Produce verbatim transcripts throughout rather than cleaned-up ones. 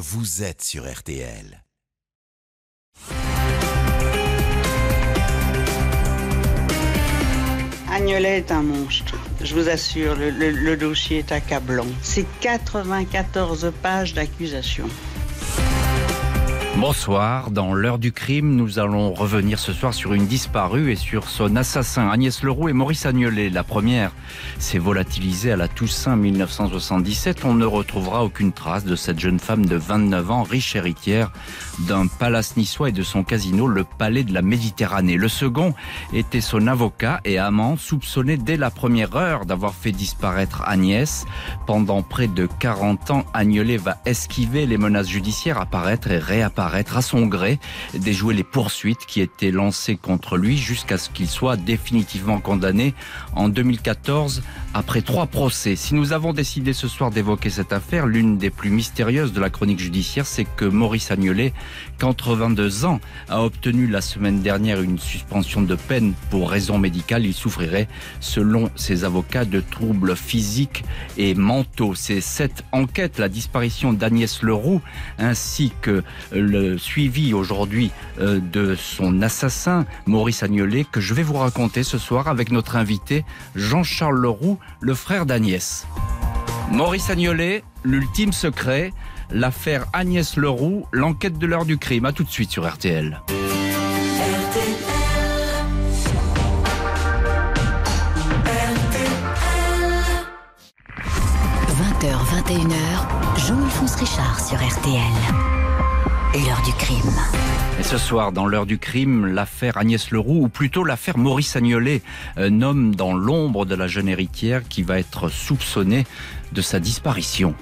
vous êtes sur R T L. Agnolet est un monstre, je vous assure, le, le, le dossier est accablant. C'est quatre-vingt-quatorze pages d'accusation. Bonsoir, dans l'heure du crime, nous allons revenir ce soir sur une disparue et sur son assassin, Agnès Leroux et Maurice Agnolet. La première s'est volatilisée à la Toussaint mille neuf cent soixante-dix-sept. On ne retrouvera aucune trace de cette jeune femme de vingt-neuf ans, riche héritière d'un palace niçois et de son casino, le Palais de la Méditerranée. Le second était son avocat et amant, soupçonné dès la première heure d'avoir fait disparaître Agnès. Pendant près de quarante ans, Agnolet va esquiver les menaces judiciaires, apparaître et réapparaître à son gré, déjouer les poursuites qui étaient lancées contre lui jusqu'à ce qu'il soit définitivement condamné en deux mille quatorze après trois procès. Si nous avons décidé ce soir d'évoquer cette affaire, l'une des plus mystérieuses de la chronique judiciaire, c'est que Maurice Agnolet, quatre-vingt-deux ans, a obtenu la semaine dernière une suspension de peine pour raison médicale. Il souffrirait, selon ses avocats, de troubles physiques et mentaux. C'est cette enquête, la disparition d'Agnès Leroux, ainsi que le suivi aujourd'hui de son assassin, Maurice Agnolet, que je vais vous raconter ce soir avec notre invité Jean-Charles Leroux, le frère d'Agnès. Maurice Agnolet, l'ultime secret, l'affaire Agnès Leroux, l'enquête de l'heure du crime. À tout de suite sur R T L. vingt heures vingt et une heures, Jean-Alphonse Richard sur R T L. Et l'heure du crime. Et ce soir, dans l'heure du crime, l'affaire Agnès Leroux, ou plutôt l'affaire Maurice Agnolet, un homme dans l'ombre de la jeune héritière qui va être soupçonné de sa disparition.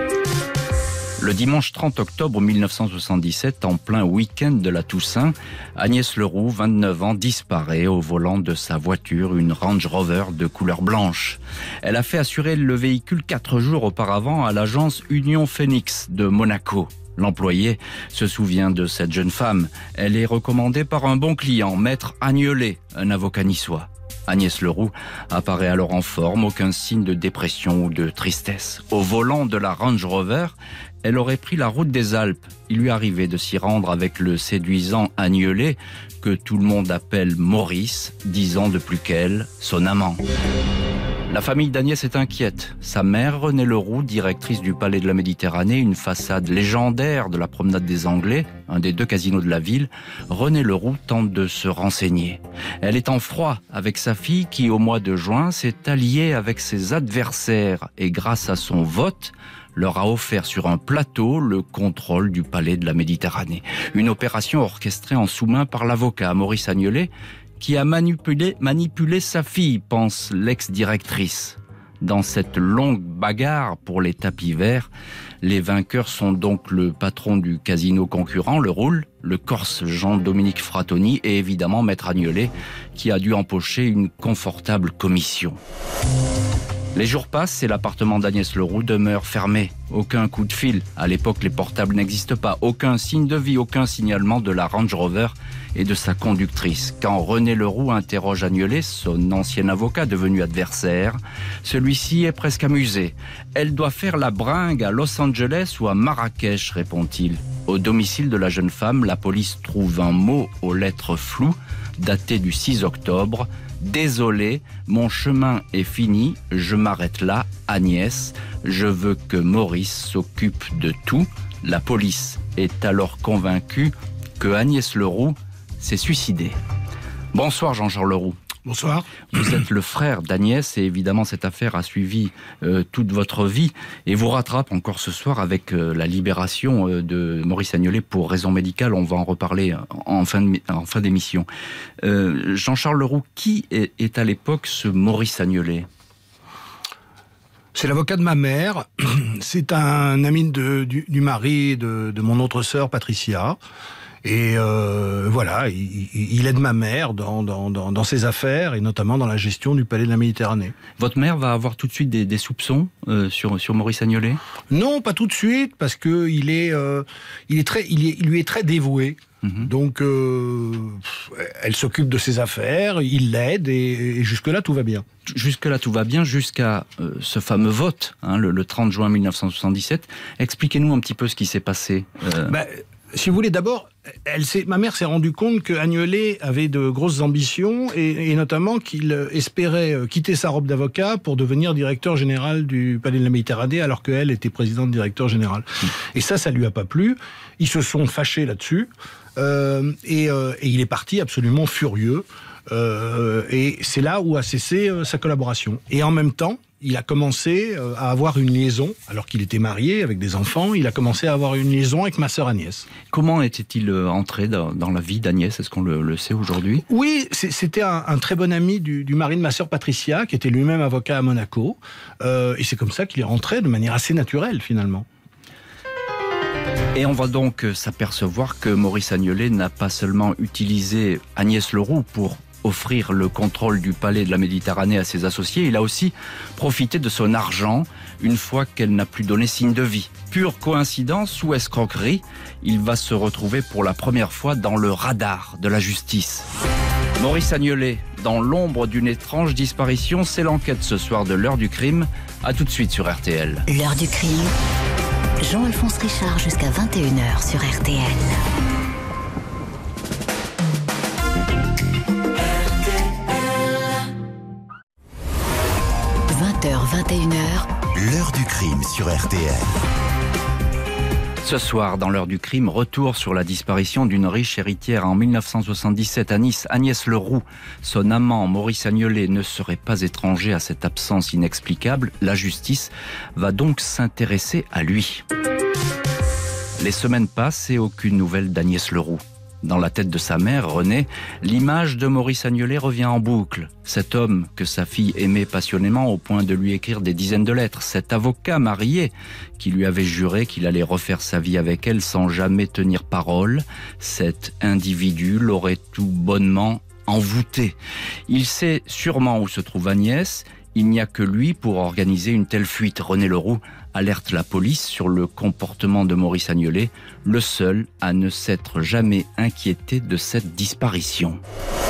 Le dimanche trente octobre mille neuf cent soixante-dix-sept, en plein week-end de la Toussaint, Agnès Leroux, vingt-neuf ans, disparaît au volant de sa voiture, une Range Rover de couleur blanche. Elle a fait assurer le véhicule quatre jours auparavant à l'agence Union Phoenix de Monaco. L'employé se souvient de cette jeune femme. Elle est recommandée par un bon client, maître Agnolet, un avocat niçois. Agnès Leroux apparaît alors en forme, aucun signe de dépression ou de tristesse. Au volant de la Range Rover, elle aurait pris la route des Alpes. Il lui arrivait de s'y rendre avec le séduisant Agnolet, que tout le monde appelle Maurice, dix ans de plus qu'elle, son amant. La famille d'Agnès est inquiète. Sa mère, Renée Leroux, directrice du Palais de la Méditerranée, une façade légendaire de la promenade des Anglais, un des deux casinos de la ville, Renée Leroux tente de se renseigner. Elle est en froid avec sa fille qui, au mois de juin, s'est alliée avec ses adversaires et grâce à son vote, leur a offert sur un plateau le contrôle du Palais de la Méditerranée. Une opération orchestrée en sous-main par l'avocat Maurice Agnolet, qui a manipulé, manipulé sa fille, pense l'ex-directrice. Dans cette longue bagarre pour les tapis verts, les vainqueurs sont donc le patron du casino concurrent, le Roule, le Corse Jean-Dominique Frattoni et évidemment Maître Agnolet, qui a dû empocher une confortable commission. Les jours passent et l'appartement d'Agnès Leroux demeure fermé. Aucun coup de fil. À l'époque, les portables n'existent pas. Aucun signe de vie, aucun signalement de la Range Rover et de sa conductrice. Quand Renée Leroux interroge Agnolet, son ancien avocat devenu adversaire, celui-ci est presque amusé. Elle doit faire la bringue à Los Angeles ou à Marrakech, répond-il. Au domicile de la jeune femme, la police trouve un mot aux lettres floues, daté du six octobre. Désolé, mon chemin est fini, je m'arrête là, Agnès. Je veux que Maurice s'occupe de tout. La police est alors convaincue que Agnès Leroux s'est suicidée. Bonsoir Jean-Charles Leroux. Bonsoir. Vous êtes le frère d'Agnès et évidemment cette affaire a suivi euh, toute votre vie et vous rattrape encore ce soir avec euh, la libération euh, de Maurice Agnolet pour raison médicale. On va en reparler en fin, de, en fin d'émission. Euh, Jean-Charles Leroux, qui est, est à l'époque ce Maurice Agnolet ? C'est l'avocat de ma mère. C'est un ami de, du, du mari de, de mon autre sœur Patricia. Et euh, voilà, il, il aide ma mère dans, dans, dans, dans ses affaires et notamment dans la gestion du Palais de la Méditerranée. Votre mère va avoir tout de suite des, des soupçons euh, sur, sur Maurice Agnolet ? Non, pas tout de suite, parce que il est, euh, il est très, il, est, il lui est très dévoué. Mmh. Donc, euh, elle s'occupe de ses affaires, il l'aide, et, et jusque-là, tout va bien. Jusque-là, tout va bien, jusqu'à euh, ce fameux vote, hein, le, le trente juin mille neuf cent soixante-dix-sept. Expliquez-nous un petit peu ce qui s'est passé. Euh... Bah, si vous voulez, d'abord, elle s'est, ma mère s'est rendue compte que Agnelet avait de grosses ambitions, et, et notamment qu'il espérait quitter sa robe d'avocat pour devenir directeur général du Palais de la Méditerranée, alors qu'elle était présidente directeur général. Mmh. Et ça, ça lui a pas plu. Ils se sont fâchés là-dessus, euh, et, euh, et il est parti absolument furieux. Euh, et c'est là où a cessé euh, sa collaboration. Et en même temps, il a commencé euh, à avoir une liaison, alors qu'il était marié avec des enfants, il a commencé à avoir une liaison avec ma sœur Agnès. Comment était-il entré dans, dans la vie d'Agnès ? Est-ce qu'on le, le sait aujourd'hui ? Oui, c'était un, un très bon ami du, du mari de ma sœur Patricia, qui était lui-même avocat à Monaco. Euh, et c'est comme ça qu'il est rentré de manière assez naturelle, finalement. Et on va donc s'apercevoir que Maurice Agnelet n'a pas seulement utilisé Agnès Leroux pour offrir le contrôle du palais de la Méditerranée à ses associés, il a aussi profité de son argent une fois qu'elle n'a plus donné signe de vie. Pure coïncidence ou escroquerie, il va se retrouver pour la première fois dans le radar de la justice. Maurice Agnelet, dans l'ombre d'une étrange disparition, c'est l'enquête ce soir de l'heure du crime. A tout de suite sur R T L. L'heure du crime, Jean-Alphonse Richard jusqu'à vingt et une heures sur R T L. vingt heures, vingt et une heures. L'heure du crime sur R T L. Ce soir, dans l'heure du crime, retour sur la disparition d'une riche héritière en mille neuf cent soixante-dix-sept à Nice. Agnès Leroux, son amant Maurice Agnelet, ne serait pas étranger à cette absence inexplicable. La justice va donc s'intéresser à lui. Les semaines passent et aucune nouvelle d'Agnès Leroux. Dans la tête de sa mère, Renée, l'image de Maurice Agnelet revient en boucle. Cet homme que sa fille aimait passionnément au point de lui écrire des dizaines de lettres. Cet avocat marié qui lui avait juré qu'il allait refaire sa vie avec elle sans jamais tenir parole. Cet individu l'aurait tout bonnement envoûté. Il sait sûrement où se trouve Agnès. Il n'y a que lui pour organiser une telle fuite. René Leroux alerte la police sur le comportement de Maurice Agnelet, le seul à ne s'être jamais inquiété de cette disparition.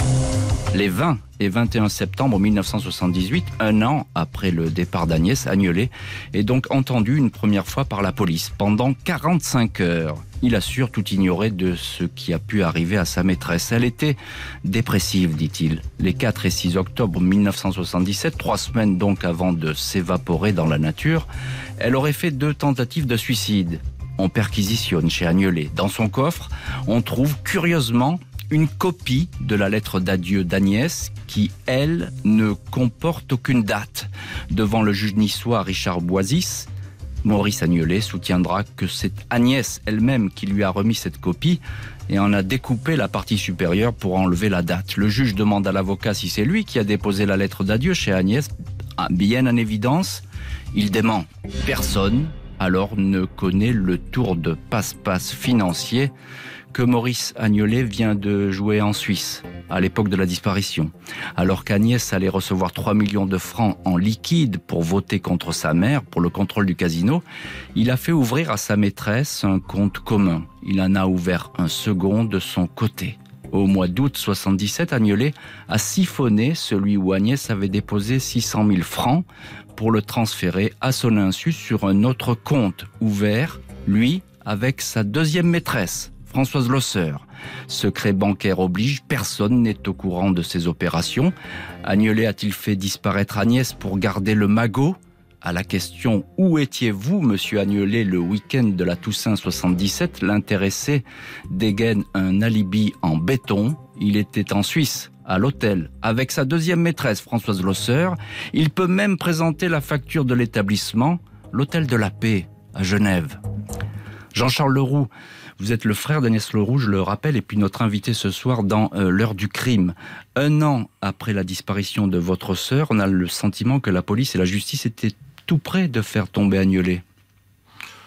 Les vingt et vingt et un septembre mille neuf cent soixante-dix-huit, un an après le départ d'Agnès, Agnelet est donc entendu une première fois par la police pendant quarante-cinq heures. Il assure tout ignorer de ce qui a pu arriver à sa maîtresse. Elle était dépressive, dit-il. Les quatre et six octobre mille neuf cent soixante-dix-sept, trois semaines donc avant de s'évaporer dans la nature, elle aurait fait deux tentatives de suicide. On perquisitionne chez Agnelet. Dans son coffre, on trouve curieusement une copie de la lettre d'adieu d'Agnès qui, elle, ne comporte aucune date. Devant le juge niçois Richard Boisis, Maurice Agnelet soutiendra que c'est Agnès elle-même qui lui a remis cette copie et en a découpé la partie supérieure pour enlever la date. Le juge demande à l'avocat si c'est lui qui a déposé la lettre d'adieu chez Agnès. Bien en évidence, il dément. Personne, alors, ne connaît le tour de passe-passe financier que Maurice Agnelet vient de jouer en Suisse, à l'époque de la disparition. Alors qu'Agnès allait recevoir trois millions de francs en liquide pour voter contre sa mère, pour le contrôle du casino, il a fait ouvrir à sa maîtresse un compte commun. Il en a ouvert un second de son côté. Au mois d'août soixante-dix-sept, Agnelet a siphonné celui où Agnès avait déposé six cent mille francs pour le transférer à son insu sur un autre compte ouvert, lui, avec sa deuxième maîtresse, Françoise Losser. Secret bancaire oblige, personne n'est au courant de ces opérations. Agnelet a-t-il fait disparaître Agnès pour garder le magot ? À la question « Où étiez-vous, monsieur Agnelet, le week-end de la Toussaint soixante-dix-sept » l'intéressé dégaine un alibi en béton. Il était en Suisse, à l'hôtel, avec sa deuxième maîtresse, Françoise Losser. Il peut même présenter la facture de l'établissement, l'Hôtel de la Paix, à Genève. Jean-Charles Leroux, vous êtes le frère d'Agnès Leroux, je le rappelle, et puis notre invité ce soir dans euh, l'heure du crime. Un an après la disparition de votre sœur, on a le sentiment que la police et la justice étaient tout près de faire tomber Agnelet.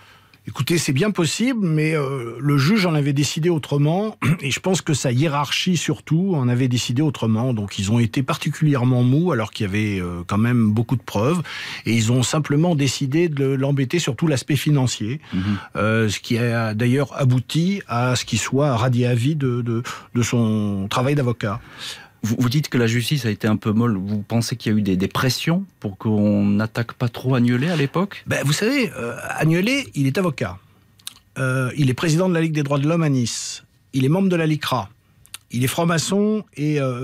Écoutez, c'est bien possible, mais euh, le juge en avait décidé autrement, et je pense que sa hiérarchie surtout en avait décidé autrement. Donc ils ont été particulièrement mous, alors qu'il y avait euh, quand même beaucoup de preuves, et ils ont simplement décidé de l'embêter sur tout l'aspect financier, mmh. euh, ce qui a d'ailleurs abouti à ce qu'il soit radié à vie de, de, de son travail d'avocat. Vous, vous dites que la justice a été un peu molle. Vous pensez qu'il y a eu des, des pressions pour qu'on n'attaque pas trop Agnelet à l'époque ? Ben, vous savez, euh, Agnelet, il est avocat. Euh, il est président de la Ligue des droits de l'homme à Nice. Il est membre de la LICRA. Il est franc-maçon et euh,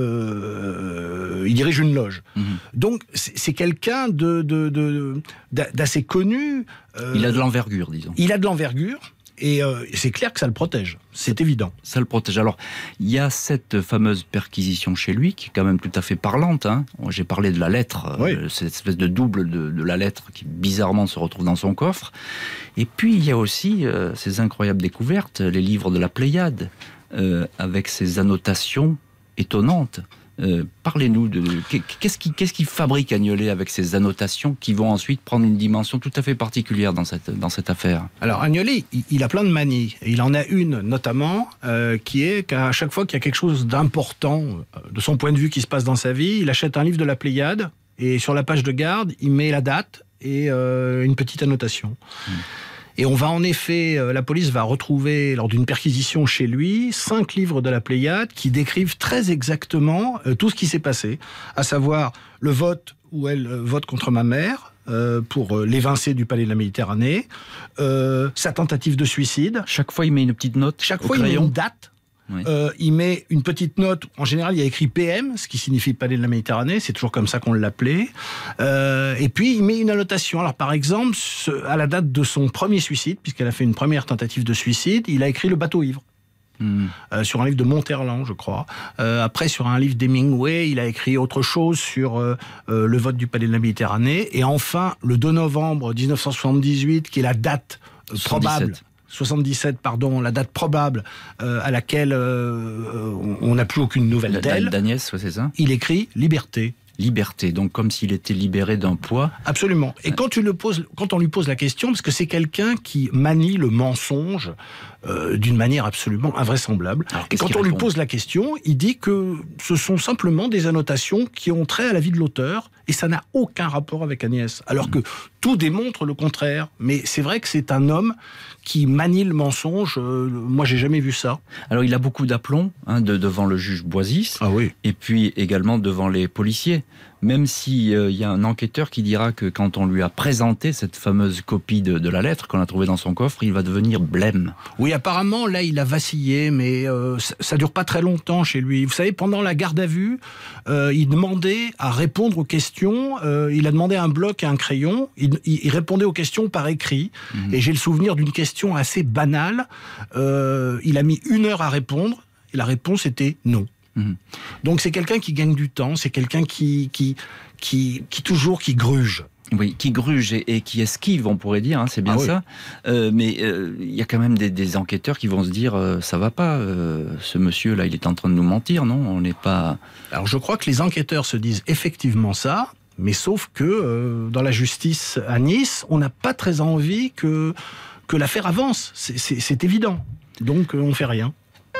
euh, il dirige une loge. Mmh. Donc, c'est, c'est quelqu'un de, de, de, d'assez connu. Euh, il a de l'envergure, disons. Il a de l'envergure. Et euh, c'est clair que ça le protège, c'est évident. Ça le protège. Alors, il y a cette fameuse perquisition chez lui, qui est quand même tout à fait parlante. Hein. J'ai parlé de la lettre, oui. euh, cette espèce de double de, de la lettre qui bizarrement se retrouve dans son coffre. Et puis, il y a aussi euh, ces incroyables découvertes, les livres de la Pléiade, euh, avec ces annotations étonnantes. Euh, parlez-nous de qu'est-ce qui, qu'est-ce qui fabrique Agnelet avec ces annotations qui vont ensuite prendre une dimension tout à fait particulière dans cette, dans cette affaire. Alors Agnelet, il, il a plein de manies. Et il en a une notamment euh, qui est qu'à chaque fois qu'il y a quelque chose d'important de son point de vue qui se passe dans sa vie, il achète un livre de la Pléiade et sur la page de garde, il met la date et euh, une petite annotation. Mmh. Et on va en effet, euh, la police va retrouver, lors d'une perquisition chez lui, cinq livres de la Pléiade qui décrivent très exactement euh, tout ce qui s'est passé, à savoir le vote où elle euh, vote contre ma mère, euh, pour euh, l'évincer du palais de la Méditerranée, euh, sa tentative de suicide. Chaque fois, il met une petite note. Chaque au fois, crayon. il met une date. Oui. Euh, il met une petite note, en général il y a écrit P M, ce qui signifie Palais de la Méditerranée, c'est toujours comme ça qu'on l'appelait, euh, et puis il met une annotation. Alors par exemple, ce, à la date de son premier suicide, puisqu'elle a fait une première tentative de suicide, il a écrit Le bateau ivre. Mmh. Euh, sur un livre de Monterland, je crois. Euh, après, sur un livre d'Hemingway, il a écrit autre chose sur euh, euh, le vote du Palais de la Méditerranée. Et enfin, le deux novembre dix-neuf cent soixante-dix-huit, qui est la date euh, probable... soixante-dix-sept, pardon, la date probable euh, à laquelle euh, on n'a plus aucune nouvelle la, d'elle. D'Agnès, c'est ça ? Il écrit Liberté. Liberté, donc comme s'il était libéré d'un poids. Absolument. Et quand, tu le poses, quand on lui pose la question, parce que c'est quelqu'un qui manie le mensonge euh, d'une manière absolument invraisemblable. Alors, et quand on lui pose la question, il dit que ce sont simplement des annotations qui ont trait à la vie de l'auteur, et ça n'a aucun rapport avec Agnès. Alors mmh. que tout démontre le contraire. Mais c'est vrai que c'est un homme qui manie le mensonge. Euh, moi, j'ai jamais vu ça. Alors, il a beaucoup d'aplomb hein, de, devant le juge Boisis, ah oui. et puis également devant les policiers. Même s'il euh, y a un enquêteur qui dira que quand on lui a présenté cette fameuse copie de, de la lettre qu'on a trouvée dans son coffre, il va devenir blême. Oui, apparemment, là, il a vacillé, mais euh, ça, ça dure pas très longtemps chez lui. Vous savez, pendant la garde à vue, euh, il demandait à répondre aux questions. Euh, il a demandé un bloc et un crayon. Il, il, il répondait aux questions par écrit. Mmh. Et j'ai le souvenir d'une question assez banale. Euh, il a mis une heure à répondre, et la réponse était non. Mmh. Donc c'est quelqu'un qui gagne du temps, c'est quelqu'un qui, qui, qui, qui toujours qui gruge. Oui, qui gruge et, et qui esquive, on pourrait dire, hein, c'est bien ah, ça. Oui. Euh, mais il euh, y a quand même des, des enquêteurs qui vont se dire euh, ça va pas, euh, ce monsieur-là, il est en train de nous mentir, non ? On n'est pas. Alors je crois que les enquêteurs se disent effectivement ça, mais sauf que euh, dans la justice à Nice, on n'a pas très envie que que l'affaire avance. C'est, c'est, c'est évident. Donc euh, on fait rien.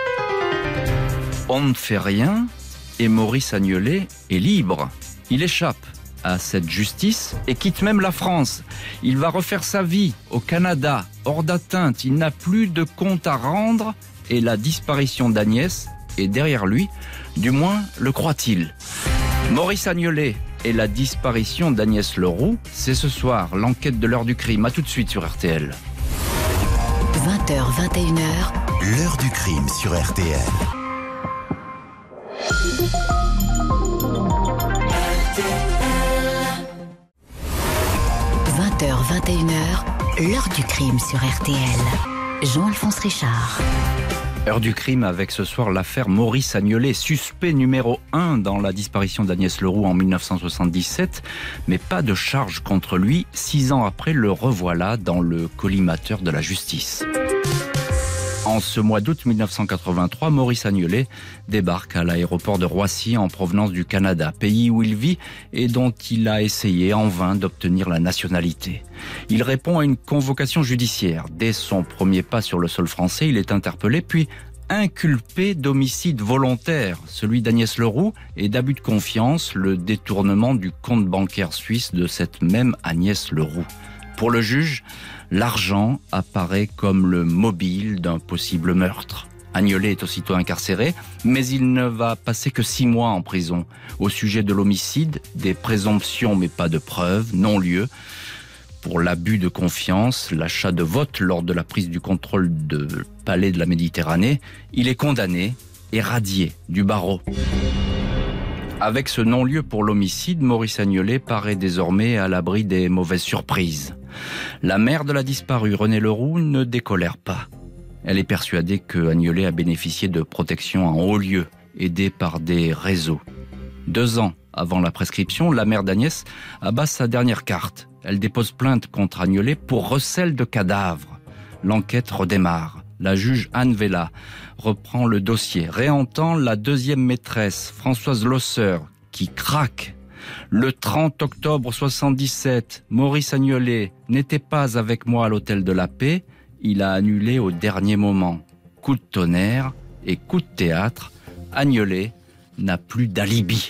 On ne fait rien et Maurice Agnelet est libre. Il échappe à cette justice et quitte même la France. Il va refaire sa vie au Canada, hors d'atteinte. Il n'a plus de compte à rendre et la disparition d'Agnès est derrière lui. Du moins, le croit-il. Maurice Agnelet et la disparition d'Agnès Leroux, c'est ce soir l'enquête de l'heure du crime. À tout de suite sur R T L. vingt heures, vingt et une heures. L'heure du crime sur R T L. vingt heures, vingt et une heures, l'heure du crime sur R T L. Jean-Alphonse Richard. Heure du crime avec ce soir l'affaire Maurice Agnelet, suspect numéro un dans la disparition d'Agnès Leroux en mille neuf cent soixante-dix-sept, mais pas de charge contre lui. Six ans après, le revoilà dans le collimateur de la justice. En ce mois d'août mille neuf cent quatre-vingt-trois, Maurice Agnelet débarque à l'aéroport de Roissy en provenance du Canada, pays où il vit et dont il a essayé en vain d'obtenir la nationalité. Il répond à une convocation judiciaire. Dès son premier pas sur le sol français, il est interpellé puis inculpé d'homicide volontaire, celui d'Agnès Leroux, et d'abus de confiance, le détournement du compte bancaire suisse de cette même Agnès Leroux. Pour le juge, l'argent apparaît comme le mobile d'un possible meurtre. Agnelet est aussitôt incarcéré, mais il ne va passer que six mois en prison. Au sujet de l'homicide, des présomptions mais pas de preuves, non-lieu. Pour l'abus de confiance, l'achat de votes lors de la prise du contrôle de Palais de la Méditerranée, il est condamné et radié du barreau. Avec ce non-lieu pour l'homicide, Maurice Agnelet paraît désormais à l'abri des mauvaises surprises. La mère de la disparue, Renée Leroux, ne décolère pas. Elle est persuadée que Agnelet a bénéficié de protection en haut lieu, aidé par des réseaux. Deux ans avant la prescription, la mère d'Agnès abat sa dernière carte. Elle dépose plainte contre Agnelet pour recel de cadavres. L'enquête redémarre. La juge Anne Vella reprend le dossier, réentend la deuxième maîtresse, Françoise Losser, qui craque. Le trente octobre soixante-dix-sept, Maurice Agnelet n'était pas avec moi à l'hôtel de la Paix. Il a annulé au dernier moment. Coup de tonnerre et coup de théâtre, Agnelet n'a plus d'alibi.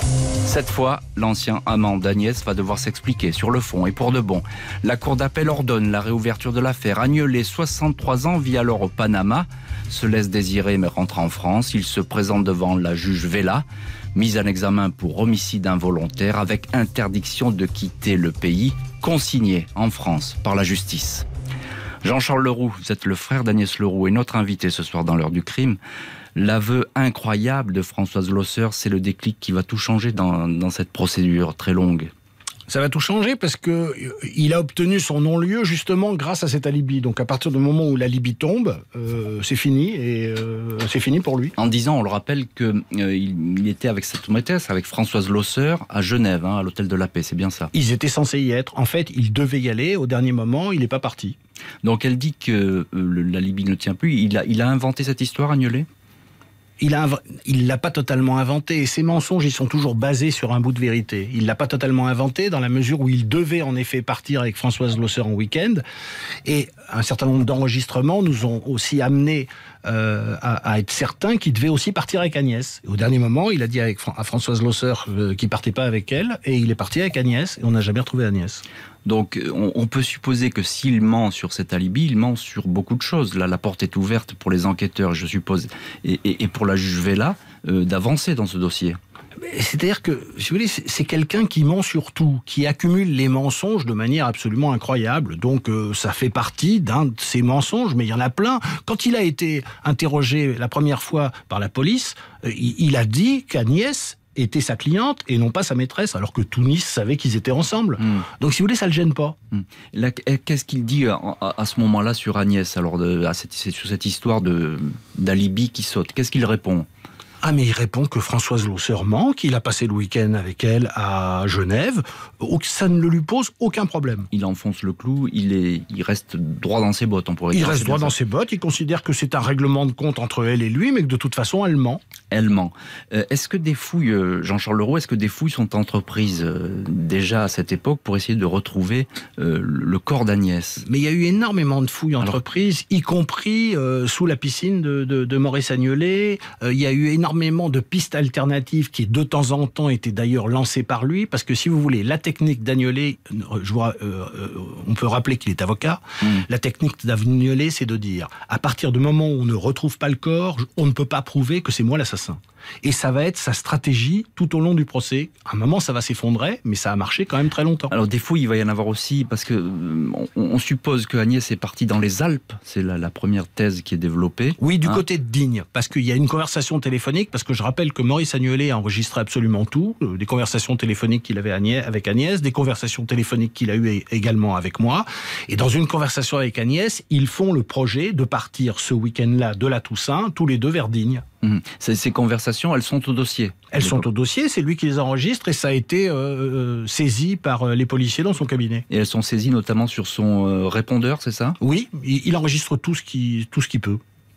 Cette fois, l'ancien amant d'Agnès va devoir s'expliquer sur le fond et pour de bon. La cour d'appel ordonne la réouverture de l'affaire. Agnelet, soixante-trois ans, vit alors au Panama, se laisse désirer mais rentre en France. Il se présente devant la juge Vella, mise en examen pour homicide involontaire avec interdiction de quitter le pays, consigné en France par la justice. Jean-Charles Leroux, vous êtes le frère d'Agnès Leroux et notre invité ce soir dans l'heure du crime. L'aveu incroyable de Françoise Losser, c'est le déclic qui va tout changer dans, dans cette procédure très longue. Ça va tout changer parce que il a obtenu son non-lieu justement grâce à cet alibi. Donc à partir du moment où l'alibi tombe, euh, c'est fini et euh, c'est fini pour lui. En disant, on le rappelle que euh, il, il était avec cette maîtresse, avec Françoise Losser à Genève, hein, à l'hôtel de la Paix, c'est bien ça. Ils étaient censés y être. En fait, il devait y aller. Au dernier moment, il n'est pas parti. Donc elle dit que euh, l'alibi ne tient plus. Il a, il a inventé cette histoire, Agnelet ? Il a, il l'a pas totalement inventé. Et ces mensonges, ils sont toujours basés sur un bout de vérité. Il l'a pas totalement inventé dans la mesure où il devait en effet partir avec Françoise Losser en week-end. Et un certain nombre d'enregistrements nous ont aussi amené euh, à, à être certains qu'il devait aussi partir avec Agnès. Et au dernier moment, il a dit avec, à Françoise Losser euh, qu'il partait pas avec elle, et il est parti avec Agnès. Et on n'a jamais retrouvé Agnès. Donc on, on peut supposer que s'il ment sur cet alibi, il ment sur beaucoup de choses. Là, la porte est ouverte pour les enquêteurs, je suppose, et, et, et pour la juge Vella, euh, d'avancer dans ce dossier. C'est-à-dire que, si vous voulez, c'est quelqu'un qui ment sur tout, qui accumule les mensonges de manière absolument incroyable. Donc euh, ça fait partie d'un de ces mensonges, mais il y en a plein. Quand il a été interrogé la première fois par la police, euh, il, il a dit qu'Agnès était sa cliente et non pas sa maîtresse, alors que tout Nice savait qu'ils étaient ensemble. Mmh. Donc, si vous voulez, ça le gêne pas. Mmh. Là, qu'est-ce qu'il dit à, à, à ce moment-là sur Agnès, alors de, à cette, sur cette histoire de, d'alibi qui saute? Qu'est-ce qu'il répond? Ah, mais il répond que Françoise Losser ment, qu'il a passé le week-end avec elle à Genève, ça ne lui pose aucun problème. Il enfonce le clou, il, est, il reste droit dans ses bottes, on pourrait dire. Il reste droit dans ses bottes, il considère que c'est un règlement de compte entre elle et lui, mais que de toute façon, elle ment. Elle ment. Euh, est-ce que des fouilles, euh, Jean-Charles Leroux, est-ce que des fouilles sont entreprises euh, déjà à cette époque pour essayer de retrouver euh, le corps d'Agnès? Mais il y a eu énormément de fouilles entreprises, Alors... y compris euh, sous la piscine de, de, de Maurice Agnelet. Euh, il y a eu énormément énormément de pistes alternatives qui, de temps en temps, étaient d'ailleurs lancées par lui, parce que si vous voulez, la technique d'Agnelet, je vois, euh, euh, on peut rappeler qu'il est avocat, mmh. La technique d'Agnelet, c'est de dire, à partir du moment où on ne retrouve pas le corps, on ne peut pas prouver que c'est moi l'assassin. Et ça va être sa stratégie tout au long du procès. À un moment, ça va s'effondrer, mais ça a marché quand même très longtemps. Alors des fouilles, il va y en avoir aussi, parce que on, on suppose que Agnès est partie dans les Alpes. C'est la, la première thèse qui est développée. Oui, du hein côté de Digne, parce qu'il y a une conversation téléphonique, parce que je rappelle que Maurice Agnelet a enregistré absolument tout, euh, des conversations téléphoniques qu'il avait avec Agnès, des conversations téléphoniques qu'il a eues également avec moi. Et dans une conversation avec Agnès, ils font le projet de partir ce week-end-là de la Toussaint, tous les deux vers Digne. Mmh. Ces, ces conversations, elles sont au dossier. Elles sont au dossier, c'est lui qui les enregistre et ça a été euh, saisi par euh, les policiers dans son cabinet. Et elles sont saisies notamment sur son euh, répondeur, c'est ça? Oui, il, il enregistre tout ce qu'il tout ce qu'il peut.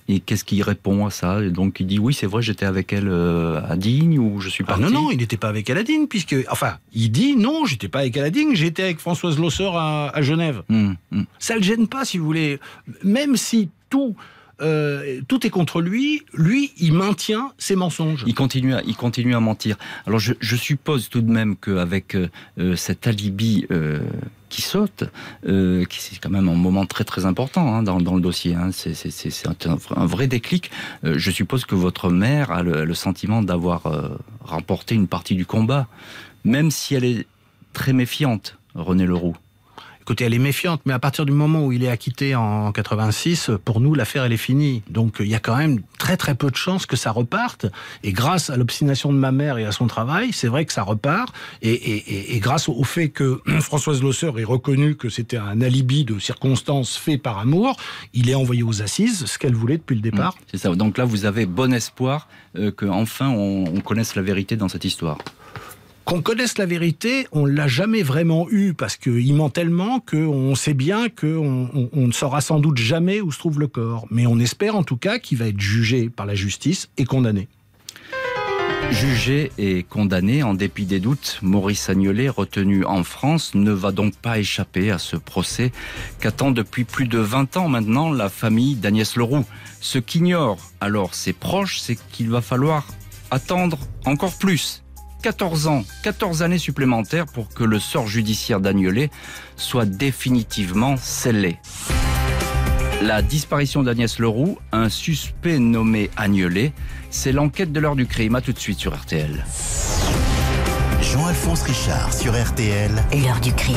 Et qu'est-ce qu'il répond à ça? Et donc il dit oui, c'est vrai, j'étais avec elle euh, à Digne ou je suis parti. Ah non, non, il n'était pas avec elle à Digne, puisque, enfin, il dit non, j'étais pas avec elle à Digne, j'étais avec Françoise Losser à, à Genève. Mmh, mmh. Ça le gêne pas, si vous voulez. Même si tout, euh, tout est contre lui, lui, il maintient ses mensonges. Il continue à, il continue à mentir. Alors je, je suppose tout de même qu'avec euh, cet alibi euh, qui saute, euh, qui c'est quand même un moment très très important hein, dans, dans le dossier, hein. c'est, c'est, c'est, c'est un, un vrai déclic. Euh, je suppose que votre mère a le, le sentiment d'avoir euh, remporté une partie du combat, même si elle est très méfiante, René Leroux. Écoutez, elle est méfiante, mais à partir du moment où il est acquitté en quatre-vingt-six, pour nous, l'affaire, elle est finie. Donc, il y a quand même très très peu de chances que ça reparte. Et grâce à l'obstination de ma mère et à son travail, c'est vrai que ça repart. Et, et, et, et grâce au fait que Françoise Losser ait reconnu que c'était un alibi de circonstances fait par amour, il est envoyé aux assises, ce qu'elle voulait depuis le départ. Mmh, c'est ça. Donc là, vous avez bon espoir euh, qu'enfin on, on connaisse la vérité dans cette histoire. Qu'on connaisse la vérité, on l'a jamais vraiment eu, parce qu'il ment tellement qu'on sait bien qu'on on, on ne saura sans doute jamais où se trouve le corps. Mais on espère en tout cas qu'il va être jugé par la justice et condamné. Jugé et condamné, en dépit des doutes, Maurice Agnelet, retenu en France, ne va donc pas échapper à ce procès qu'attend depuis plus de vingt ans maintenant la famille d'Agnès Leroux. Ce qu'ignorent alors ses proches, c'est qu'il va falloir attendre encore plus. quatorze ans, quatorze années supplémentaires pour que le sort judiciaire d'Agnelet soit définitivement scellé. La disparition d'Agnès Leroux, un suspect nommé Agnelet, c'est l'enquête de l'heure du crime. À tout de suite sur R T L. Jean-Alphonse Richard sur R T L. L'heure du crime.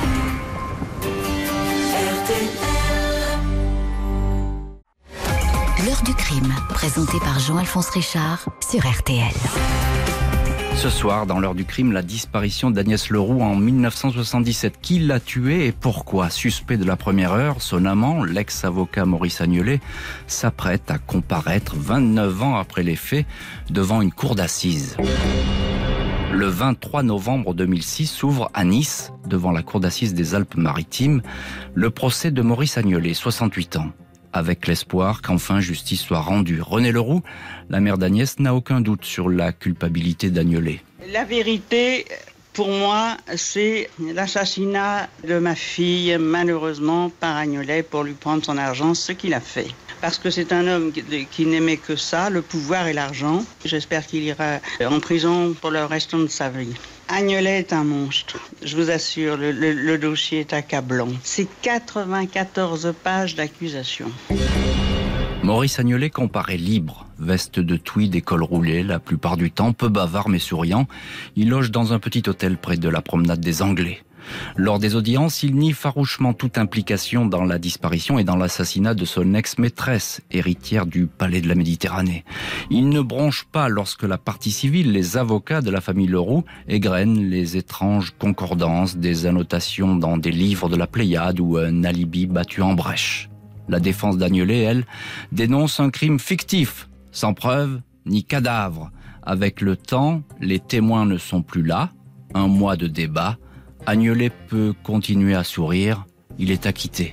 L'heure du crime, présentée par Jean-Alphonse Richard sur R T L. Ce soir, dans l'heure du crime, la disparition d'Agnès Leroux en mille neuf cent soixante-dix-sept. Qui l'a tuée et pourquoi? Suspect de la première heure, son amant, l'ex-avocat Maurice Agnelet, s'apprête à comparaître vingt-neuf ans après les faits devant une cour d'assises. Le vingt-trois novembre deux mille six s'ouvre à Nice, devant la cour d'assises des Alpes-Maritimes, le procès de Maurice Agnelet, soixante-huit ans. Avec l'espoir qu'enfin justice soit rendue. René Leroux, la mère d'Agnès, n'a aucun doute sur la culpabilité d'Agnelet. La vérité, pour moi, c'est l'assassinat de ma fille, malheureusement, par Agnelet pour lui prendre son argent, ce qu'il a fait. Parce que c'est un homme qui n'aimait que ça, le pouvoir et l'argent. J'espère qu'il ira en prison pour le restant de sa vie. Agnelet est un monstre, je vous assure, le, le, le dossier est accablant. C'est quatre-vingt-quatorze pages d'accusation. Maurice Agnelet comparaît libre, veste de tweed et col roulé, la plupart du temps, peu bavard mais souriant. Il loge dans un petit hôtel près de la promenade des Anglais. Lors des audiences, il nie farouchement toute implication dans la disparition et dans l'assassinat de son ex-maîtresse, héritière du Palais de la Méditerranée. Il ne bronche pas lorsque la partie civile, les avocats de la famille Leroux, égrènent les étranges concordances, des annotations dans des livres de la Pléiade ou un alibi battu en brèche. La défense d'Agnelet, elle, dénonce un crime fictif, sans preuve ni cadavre. Avec le temps, les témoins ne sont plus là. Un mois de débat. Agnelet peut continuer à sourire, il est acquitté.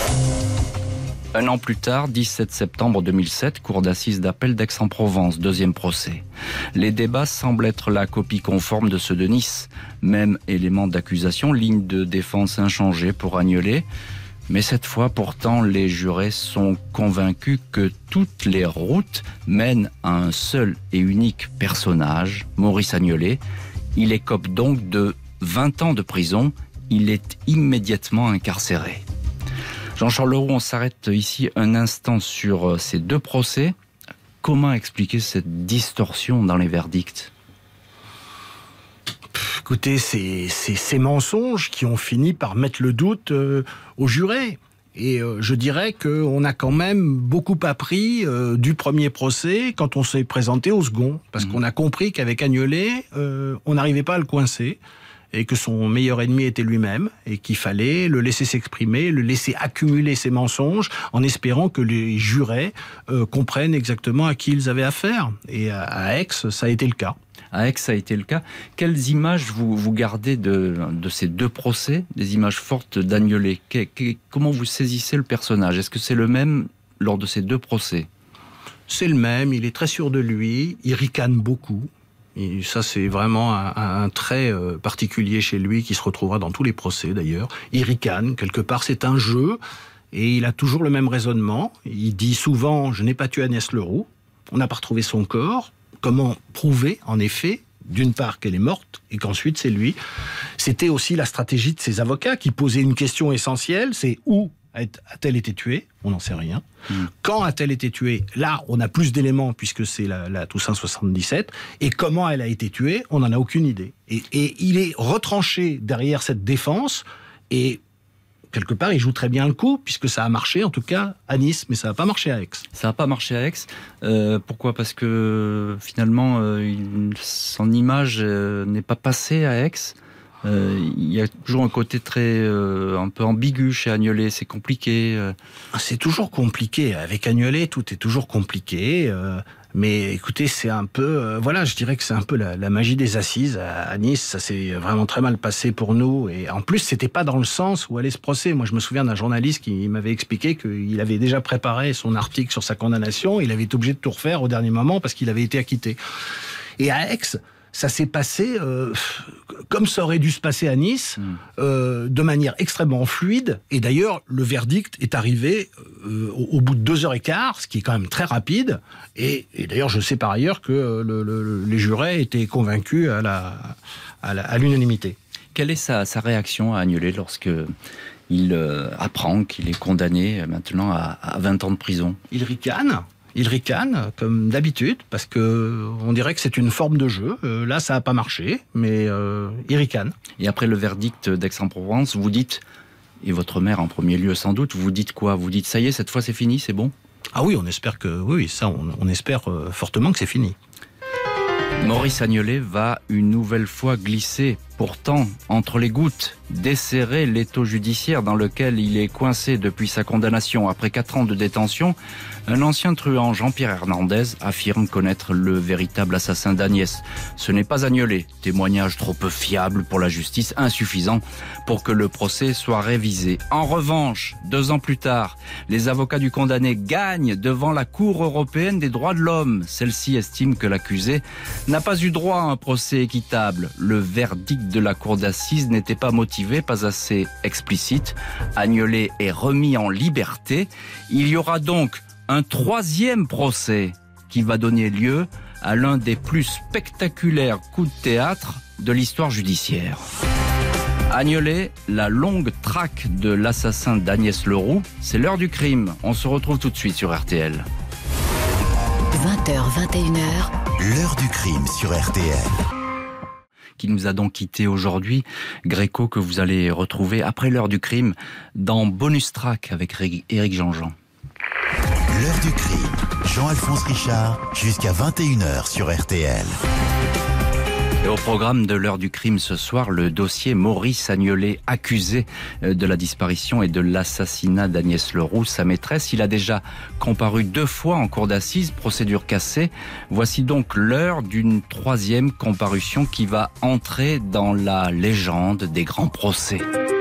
Un an plus tard, dix-sept septembre deux mille sept, cour d'assises d'appel d'Aix-en-Provence, deuxième procès. Les débats semblent être la copie conforme de ceux de Nice. Même élément d'accusation, ligne de défense inchangée pour Agnelet. Mais cette fois, pourtant, les jurés sont convaincus que toutes les routes mènent à un seul et unique personnage, Maurice Agnelet. Il écope donc de vingt ans de prison, il est immédiatement incarcéré. Jean-Charles Leroux, on s'arrête ici un instant sur ces deux procès. Comment expliquer cette distorsion dans les verdicts ? Écoutez, c'est ces mensonges qui ont fini par mettre le doute euh, aux jurés. Et euh, je dirais qu'on a quand même beaucoup appris euh, du premier procès quand on s'est présenté au second. Parce mmh. qu'on a compris qu'avec Agnelet, euh, on n'arrivait pas à le coincer. Et que son meilleur ennemi était lui-même, et qu'il fallait le laisser s'exprimer, le laisser accumuler ses mensonges, en espérant que les jurés euh, comprennent exactement à qui ils avaient affaire. Et à, à Aix, ça a été le cas. À Aix, ça a été le cas. Quelles images vous, vous gardez de, de ces deux procès, des images fortes d'Agnelet ? que, que, Comment vous saisissez le personnage ? Est-ce que c'est le même lors de ces deux procès? C'est le même, il est très sûr de lui, il ricane beaucoup. Et ça, c'est vraiment un, un trait particulier chez lui qui se retrouvera dans tous les procès d'ailleurs. Il ricane, quelque part, c'est un jeu et il a toujours le même raisonnement. Il dit souvent « je n'ai pas tué Agnès Le Roux, on n'a pas retrouvé son corps ». Comment prouver, en effet, d'une part qu'elle est morte et qu'ensuite c'est lui. C'était aussi la stratégie de ses avocats qui posaient une question essentielle, c'est où a-t-elle été tuée? On n'en sait rien. Mmh. Quand a-t-elle été tuée? Là, on a plus d'éléments puisque c'est la, la Toussaint soixante-dix-sept. Et comment elle a été tuée? On n'en a aucune idée. Et, et il est retranché derrière cette défense et quelque part, il joue très bien le coup puisque ça a marché, en tout cas, à Nice, mais ça n'a pas marché à Aix. Ça n'a pas marché à Aix. Euh, pourquoi? Parce que finalement, euh, il, son image euh, n'est pas passée à Aix. Euh, il y a toujours un côté très euh, un peu ambigu chez Agnelet, c'est compliqué. Euh. C'est toujours compliqué. Avec Agnelet, tout est toujours compliqué. Euh, mais écoutez, c'est un peu, euh, voilà, je dirais que c'est un peu la, la magie des assises à, à Nice. Ça s'est vraiment très mal passé pour nous. Et en plus, c'était pas dans le sens où allait ce procès. Moi, je me souviens d'un journaliste qui m'avait expliqué qu'il avait déjà préparé son article sur sa condamnation. Il avait été obligé de tout refaire au dernier moment parce qu'il avait été acquitté. Et à Aix, ça s'est passé euh, comme ça aurait dû se passer à Nice, mmh. euh, de manière extrêmement fluide. Et d'ailleurs, le verdict est arrivé euh, au, au bout de deux heures et quart, ce qui est quand même très rapide. Et, et d'ailleurs, je sais par ailleurs que le, le, les jurés étaient convaincus à, la, à, la, à l'unanimité. Quelle est sa, sa réaction à Agnelet lorsque il euh, apprend qu'il est condamné maintenant à, à vingt ans de prison? Il ricane. Il ricane, comme d'habitude, parce que on dirait que c'est une forme de jeu. Euh, là, ça n'a pas marché, mais euh, il ricane. Et après le verdict d'Aix-en-Provence, vous dites, et votre mère en premier lieu sans doute, vous dites quoi? Vous dites, ça y est, cette fois c'est fini, c'est bon? Ah oui, on espère que, oui, ça, on, on espère euh, fortement que c'est fini. Maurice Agnelet va une nouvelle fois glisser, pourtant, entre les gouttes, desserrer l'étau judiciaire dans lequel il est coincé depuis sa condamnation. Après quatre ans de détention, un ancien truand, Jean-Pierre Hernandez, affirme connaître le véritable assassin d'Agnès. Ce n'est pas Agnelet, témoignage trop peu fiable pour la justice, insuffisant pour que le procès soit révisé. En revanche, deux ans plus tard, les avocats du condamné gagnent devant la Cour européenne des droits de l'homme. Celle-ci estime que l'accusé n'a pas eu droit à un procès équitable. Le verdict de la cour d'assises n'était pas motivé, pas assez explicite. Agnelet est remis en liberté. Il y aura donc un troisième procès qui va donner lieu à l'un des plus spectaculaires coups de théâtre de l'histoire judiciaire. Agnelet, la longue traque de l'assassin d'Agnès Le Roux, c'est l'heure du crime. On se retrouve tout de suite sur R T L. vingt heures, vingt et une heures. L'heure du crime sur R T L. Qui nous a donc quitté aujourd'hui. Gréco, que vous allez retrouver après l'heure du crime dans Bonus Track avec Éric Jean-Jean. L'heure du crime, Jean-Alphonse Richard, jusqu'à vingt et une heures sur R T L. Et au programme de l'heure du crime ce soir, le dossier Maurice Agnelet, accusé de la disparition et de l'assassinat d'Agnès Le Roux, sa maîtresse. Il a déjà comparu deux fois en cour d'assises, procédure cassée. Voici donc l'heure d'une troisième comparution qui va entrer dans la légende des grands procès.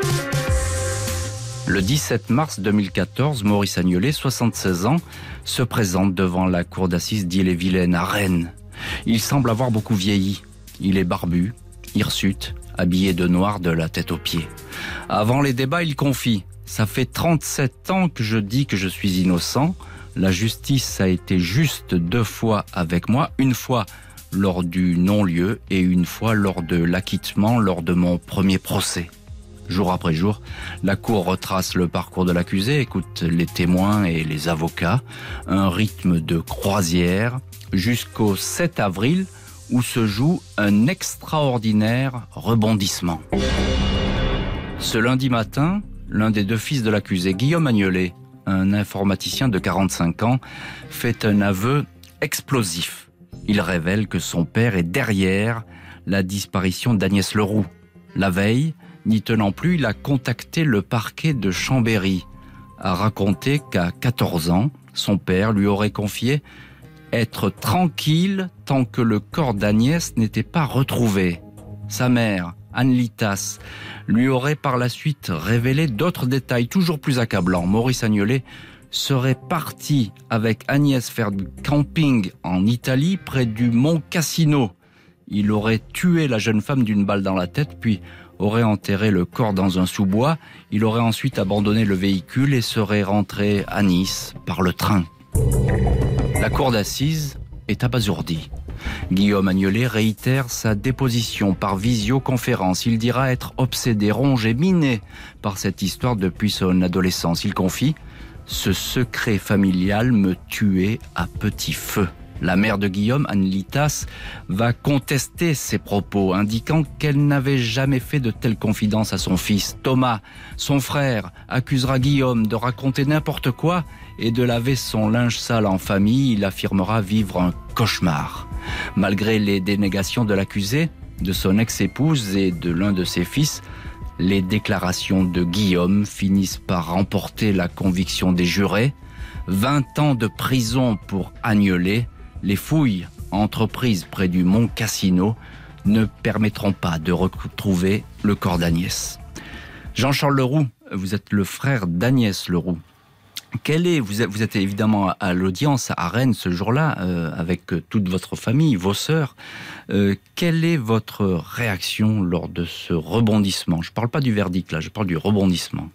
Le dix-sept mars deux mille quatorze, Maurice Agnelet, soixante-seize ans, se présente devant la cour d'assises d'Ille-et-Vilaine à Rennes. Il semble avoir beaucoup vieilli. Il est barbu, hirsute, habillé de noir de la tête aux pieds. Avant les débats, il confie « Ça fait trente-sept ans que je dis que je suis innocent. La justice a été juste deux fois avec moi, une fois lors du non-lieu et une fois lors de l'acquittement lors de mon premier procès. » Jour après jour, la cour retrace le parcours de l'accusé, écoute les témoins et les avocats, un rythme de croisière jusqu'au sept avril, où se joue un extraordinaire rebondissement. Ce lundi matin, l'un des deux fils de l'accusé, Guillaume Agnelet, un informaticien de quarante-cinq ans, fait un aveu explosif. Il révèle que son père est derrière la disparition d'Agnès Le Roux. La veille, n'y tenant plus, il a contacté le parquet de Chambéry, a raconté qu'à quatorze ans, son père lui aurait confié être tranquille tant que le corps d'Agnès n'était pas retrouvé. Sa mère, Anne Litas, lui aurait par la suite révélé d'autres détails toujours plus accablants. Maurice Agnelet serait parti avec Agnès faire du camping en Italie, près du mont Cassino. Il aurait tué la jeune femme d'une balle dans la tête, puis aurait enterré le corps dans un sous-bois. Il aurait ensuite abandonné le véhicule et serait rentré à Nice par le train. La cour d'assises est abasourdie. Guillaume Agnolet réitère sa déposition par visioconférence. Il dira être obsédé, rongé, miné par cette histoire depuis son adolescence. Il confie « Ce secret familial me tuait à petit feu ». La mère de Guillaume, Anne Litas, va contester ses propos, indiquant qu'elle n'avait jamais fait de telles confidences à son fils. Thomas, son frère, accusera Guillaume de raconter n'importe quoi et de laver son linge sale en famille. Il affirmera vivre un cauchemar. Malgré les dénégations de l'accusé, de son ex-épouse et de l'un de ses fils, les déclarations de Guillaume finissent par remporter la conviction des jurés. vingt ans de prison pour Agnolet. Les fouilles entreprises près du mont Cassino ne permettront pas de retrouver le corps d'Agnès. Jean-Charles Leroux, vous êtes le frère d'Agnès Leroux. Quel est, vous êtes, vous êtes évidemment à l'audience à Rennes ce jour-là, euh, avec toute votre famille, vos sœurs. Euh, quelle est votre réaction lors de ce rebondissement ? Je ne parle pas du verdict là, je parle du rebondissement.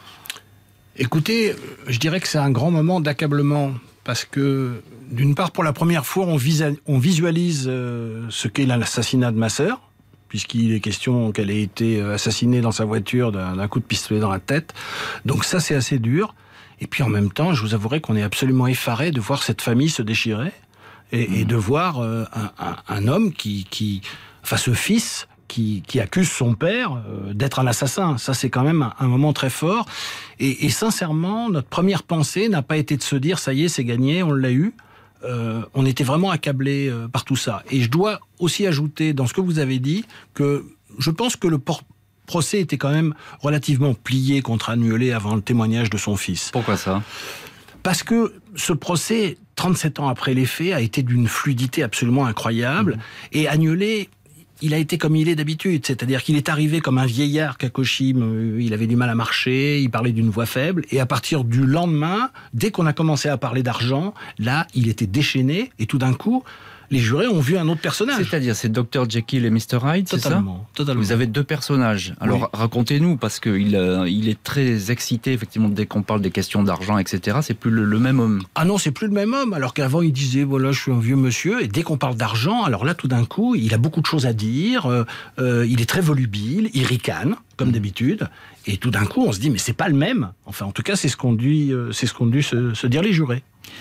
Écoutez, je dirais que c'est un grand moment d'accablement. Parce que, d'une part, pour la première fois, on, visa- on visualise euh, ce qu'est l'assassinat de ma sœur, puisqu'il est question qu'elle ait été assassinée dans sa voiture d'un, d'un coup de pistolet dans la tête. Donc ça, c'est assez dur. Et puis en même temps, je vous avouerai qu'on est absolument effaré de voir cette famille se déchirer et, mmh. et de voir euh, un, un, un homme qui, qui, enfin ce fils qui, qui accuse son père euh, d'être un assassin. Ça, c'est quand même un, un moment très fort. Et, et sincèrement, notre première pensée n'a pas été de se dire « ça y est, c'est gagné, on l'a eu ». Euh, on était vraiment accablés euh, par tout ça. Et je dois aussi ajouter dans ce que vous avez dit que je pense que le por- procès était quand même relativement plié contre Agnolet avant le témoignage de son fils. Pourquoi ça ? Parce que ce procès, trente-sept ans après les faits, a été d'une fluidité absolument incroyable. Mmh. Et Agnolet, il a été comme il est d'habitude, c'est-à-dire qu'il est arrivé comme un vieillard Kakoshim, il avait du mal à marcher, il parlait d'une voix faible, et à partir du lendemain, dès qu'on a commencé à parler d'argent, là, il était déchaîné, et tout d'un coup, les jurés ont vu un autre personnage. C'est-à-dire, c'est docteur Jekyll et mister Hyde, c'est ça ? Totalement, totalement. Vous avez deux personnages. Alors, oui. racontez-nous, parce qu'il euh, il est très excité, effectivement, dès qu'on parle des questions d'argent, et cetera. C'est plus le, le même homme. Ah non, c'est plus le même homme. Alors qu'avant, il disait, voilà, je suis un vieux monsieur. Et dès qu'on parle d'argent, alors là, tout d'un coup, il a beaucoup de choses à dire. Euh, euh, il est très volubile, il ricane, comme mmh. d'habitude. Et tout d'un coup, on se dit, mais c'est pas le même. Enfin, en tout cas, c'est ce qu'ont dû, euh, c'est ce qu'ont dû se, se dire les jurés.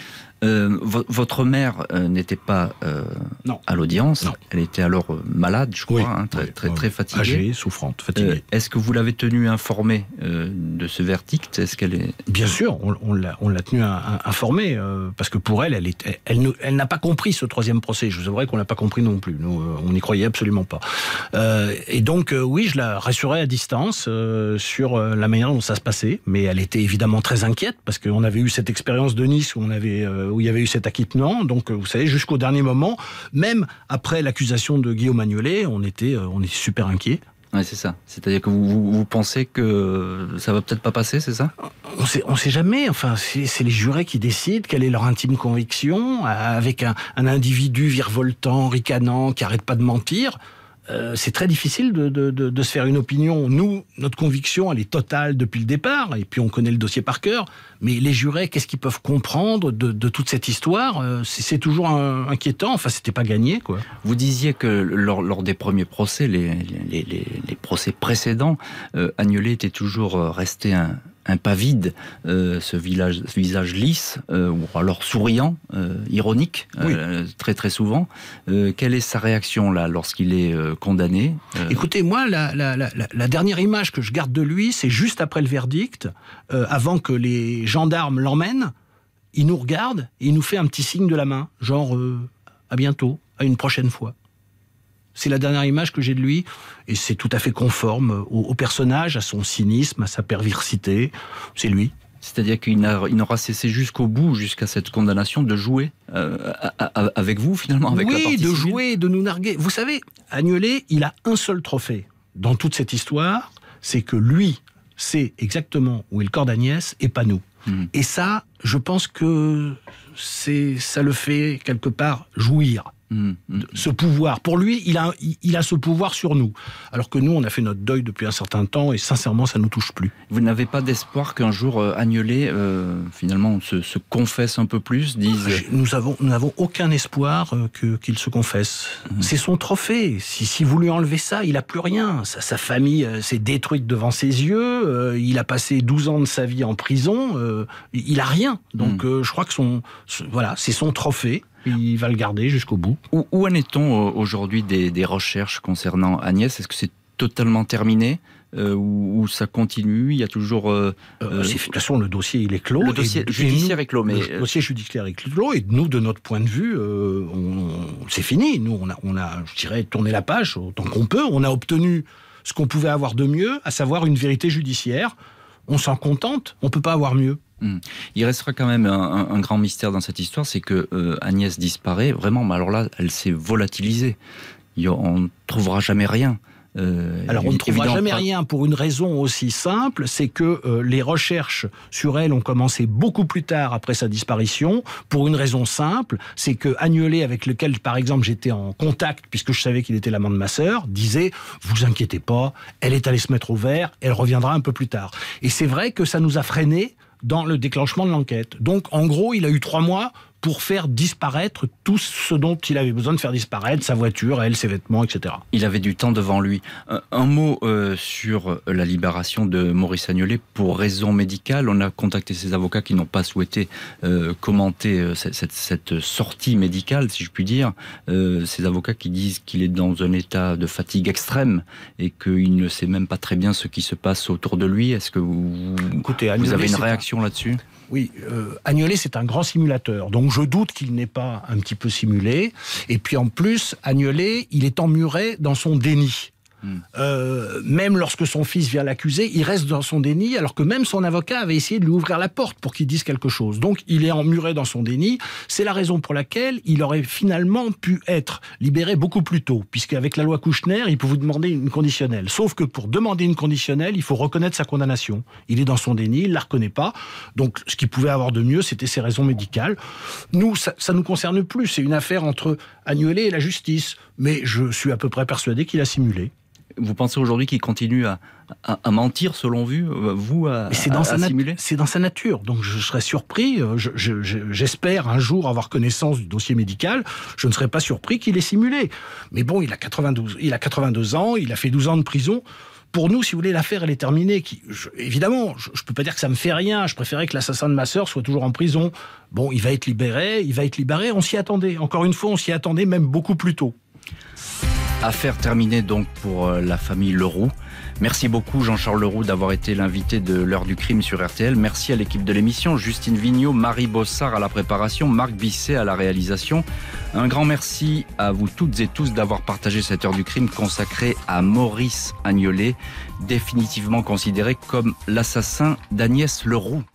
Euh, v- votre mère euh, n'était pas euh, à l'audience. Non. Elle était alors euh, malade, je crois, oui, hein, très, oui, très, oui. très fatiguée. Âgée, souffrante, fatiguée. Euh, est-ce que vous l'avez tenue informée euh, de ce verdict ? Est-ce qu'elle est... Bien sûr, on, on, l'a, on l'a tenue informée, euh, parce que pour elle, elle, est, elle, elle, ne, elle n'a pas compris ce troisième procès. Je vous avouerai qu'on l'a pas compris non plus. Nous, euh, on n'y croyait absolument pas. Euh, et donc, euh, oui, je la rassurais à distance euh, sur euh, la manière dont ça se passait, mais elle était évidemment très inquiète, parce qu'on avait eu cette expérience de Nice où on avait... Euh, où il y avait eu cet acquittement, donc vous savez, jusqu'au dernier moment, même après l'accusation de Guillaume Agnolet, on était, on était super inquiets. Ouais, c'est ça. C'est-à-dire que vous, vous, vous pensez que ça va peut-être pas passer, c'est ça ? On sait, on sait jamais. Enfin, c'est, c'est les jurés qui décident quelle est leur intime conviction, avec un, un individu virevoltant, ricanant, qui arrête pas de mentir. Euh, c'est très difficile de, de, de, de se faire une opinion. Nous, notre conviction, elle est totale depuis le départ, et puis on connaît le dossier par cœur. Mais les jurés, qu'est-ce qu'ils peuvent comprendre de, de toute cette histoire ? euh, c'est, c'est toujours un, inquiétant. Enfin, c'était pas gagné, quoi. Vous disiez que lors, lors des premiers procès, les, les, les, les procès précédents, euh, Agnolet était toujours resté un... un pas vide, euh, ce, village, ce visage lisse, euh, ou alors souriant, euh, ironique, euh, oui. très très souvent. Euh, quelle est sa réaction là lorsqu'il est euh, condamné ? euh... Écoutez, moi, la, la, la, la dernière image que je garde de lui, c'est juste après le verdict, euh, avant que les gendarmes l'emmènent, il nous regarde et il nous fait un petit signe de la main, genre euh, à bientôt, à une prochaine fois. C'est la dernière image que j'ai de lui, et c'est tout à fait conforme au, au personnage, à son cynisme, à sa perversité. C'est lui. C'est-à-dire qu'il n'a, il n'aura cessé jusqu'au bout, jusqu'à cette condamnation, de jouer euh, à, à, avec vous, finalement, avec oui, la partie de civile. jouer, de nous narguer. Vous savez, Agnolet, il a un seul trophée dans toute cette histoire, c'est que lui sait exactement où est le corps d'Agnès, et pas nous. Mmh. Et ça, je pense que c'est, ça le fait quelque part jouir. Mmh, mmh. Ce pouvoir. Pour lui, il a, il a ce pouvoir sur nous. Alors que nous, on a fait notre deuil depuis un certain temps et sincèrement, ça ne nous touche plus. Vous n'avez pas d'espoir qu'un jour, euh, Agnelet, euh, finalement, se, se confesse un peu plus, dise... Nous avons, nous n'avons aucun espoir euh, que, qu'il se confesse. Mmh. C'est son trophée. Si, si vous lui enlevez ça, il n'a plus rien. Sa, sa famille euh, s'est détruite devant ses yeux. Euh, il a passé douze ans de sa vie en prison. Euh, il n'a rien. Donc, mmh. euh, je crois que son, ce, voilà, c'est son trophée. Il va le garder jusqu'au bout. Où, où en est-on aujourd'hui des, des recherches concernant Agnès ? Est-ce que c'est totalement terminé euh, ou, ou ça continue ? Il y a toujours... Euh, euh, c'est, de toute façon, le dossier, il est clos. Le dossier judiciaire est clos, mais... Le dossier judiciaire est clos, et nous, de notre point de vue, euh, on, c'est fini. Nous, on a, on a, je dirais, tourné la page autant qu'on peut. On a obtenu ce qu'on pouvait avoir de mieux, à savoir une vérité judiciaire. On s'en contente, on ne peut pas avoir mieux. Il restera quand même un, un, un grand mystère dans cette histoire, c'est que euh, Agnès disparaît, vraiment, mais alors là, elle s'est volatilisée. On ne trouvera jamais rien. Euh, Alors on ne trouvera jamais pas... rien pour une raison aussi simple, c'est que euh, les recherches sur elle ont commencé beaucoup plus tard après sa disparition, pour une raison simple, c'est que Agnelet, avec lequel par exemple j'étais en contact, puisque je savais qu'il était l'amant de ma sœur, disait « vous inquiétez pas, elle est allée se mettre au vert, elle reviendra un peu plus tard ». Et c'est vrai que ça nous a freinés dans le déclenchement de l'enquête. Donc en gros, il a eu trois mois pour faire disparaître tout ce dont il avait besoin de faire disparaître, sa voiture, elle, ses vêtements, et cetera. Il avait du temps devant lui. Un, un mot euh, sur la libération de Maurice Agnelet pour raison médicale. On a contacté ses avocats qui n'ont pas souhaité euh, commenter euh, cette, cette, cette sortie médicale, si je puis dire. Euh, ces avocats qui disent qu'il est dans un état de fatigue extrême et qu'il ne sait même pas très bien ce qui se passe autour de lui. Est-ce que vous, Écoutez, Agnelet, vous avez une réaction un... là-dessus ? Oui, euh, Agnelet, c'est un grand simulateur. Donc je doute qu'il n'ait pas un petit peu simulé. Et puis en plus, Agnelet, il est emmuré dans son déni. Mmh. Euh, même lorsque son fils vient l'accuser, il reste dans son déni, alors que même son avocat avait essayé de lui ouvrir la porte pour qu'il dise quelque chose. Donc il est emmuré dans son déni. C'est la raison pour laquelle il aurait finalement pu être libéré beaucoup plus tôt, puisqu'avec la loi Kouchner, il peut vous demander une conditionnelle. Sauf que pour demander une conditionnelle, il faut reconnaître sa condamnation. Il est dans son déni, il ne la reconnaît pas. Donc ce qu'il pouvait avoir de mieux, c'était ses raisons médicales. Nous, ça ne nous concerne plus. C'est une affaire entre Agnelet et la justice. Mais je suis à peu près persuadé qu'il a simulé. Vous pensez aujourd'hui qu'il continue à, à, à mentir, selon vous, vous à, c'est dans à, sa à simuler nat- C'est dans sa nature. Donc je serais surpris, je, je, je, j'espère un jour avoir connaissance du dossier médical, je ne serais pas surpris qu'il ait simulé. Mais bon, il a quatre-vingt-douze, il a quatre-vingt-deux ans, il a fait douze ans de prison. Pour nous, si vous voulez, l'affaire, elle est terminée. Qui, je, évidemment, je ne peux pas dire que ça me fait rien. Je préférais que l'assassin de ma sœur soit toujours en prison. Bon, il va être libéré, il va être libéré. On s'y attendait. Encore une fois, on s'y attendait même beaucoup plus tôt. Affaire terminée donc pour la famille Leroux. Merci beaucoup Jean-Charles Leroux d'avoir été l'invité de l'heure du crime sur R T L. Merci à l'équipe de l'émission, Justine Vignot, Marie Bossard à la préparation, Marc Bisset à la réalisation. Un grand merci à vous toutes et tous d'avoir partagé cette heure du crime consacrée à Maurice Agnelet, définitivement considéré comme l'assassin d'Agnès Leroux.